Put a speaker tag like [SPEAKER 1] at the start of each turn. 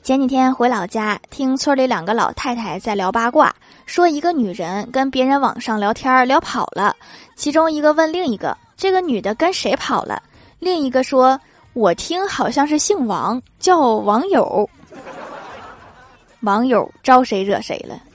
[SPEAKER 1] 前几天回老家，听村里2个老太太在聊八卦，说一个女人跟别人网上聊天聊跑了，其中一个问另一个，这个女的跟谁跑了？另一个说，我听好像是姓王，叫网友。网友招谁惹谁了？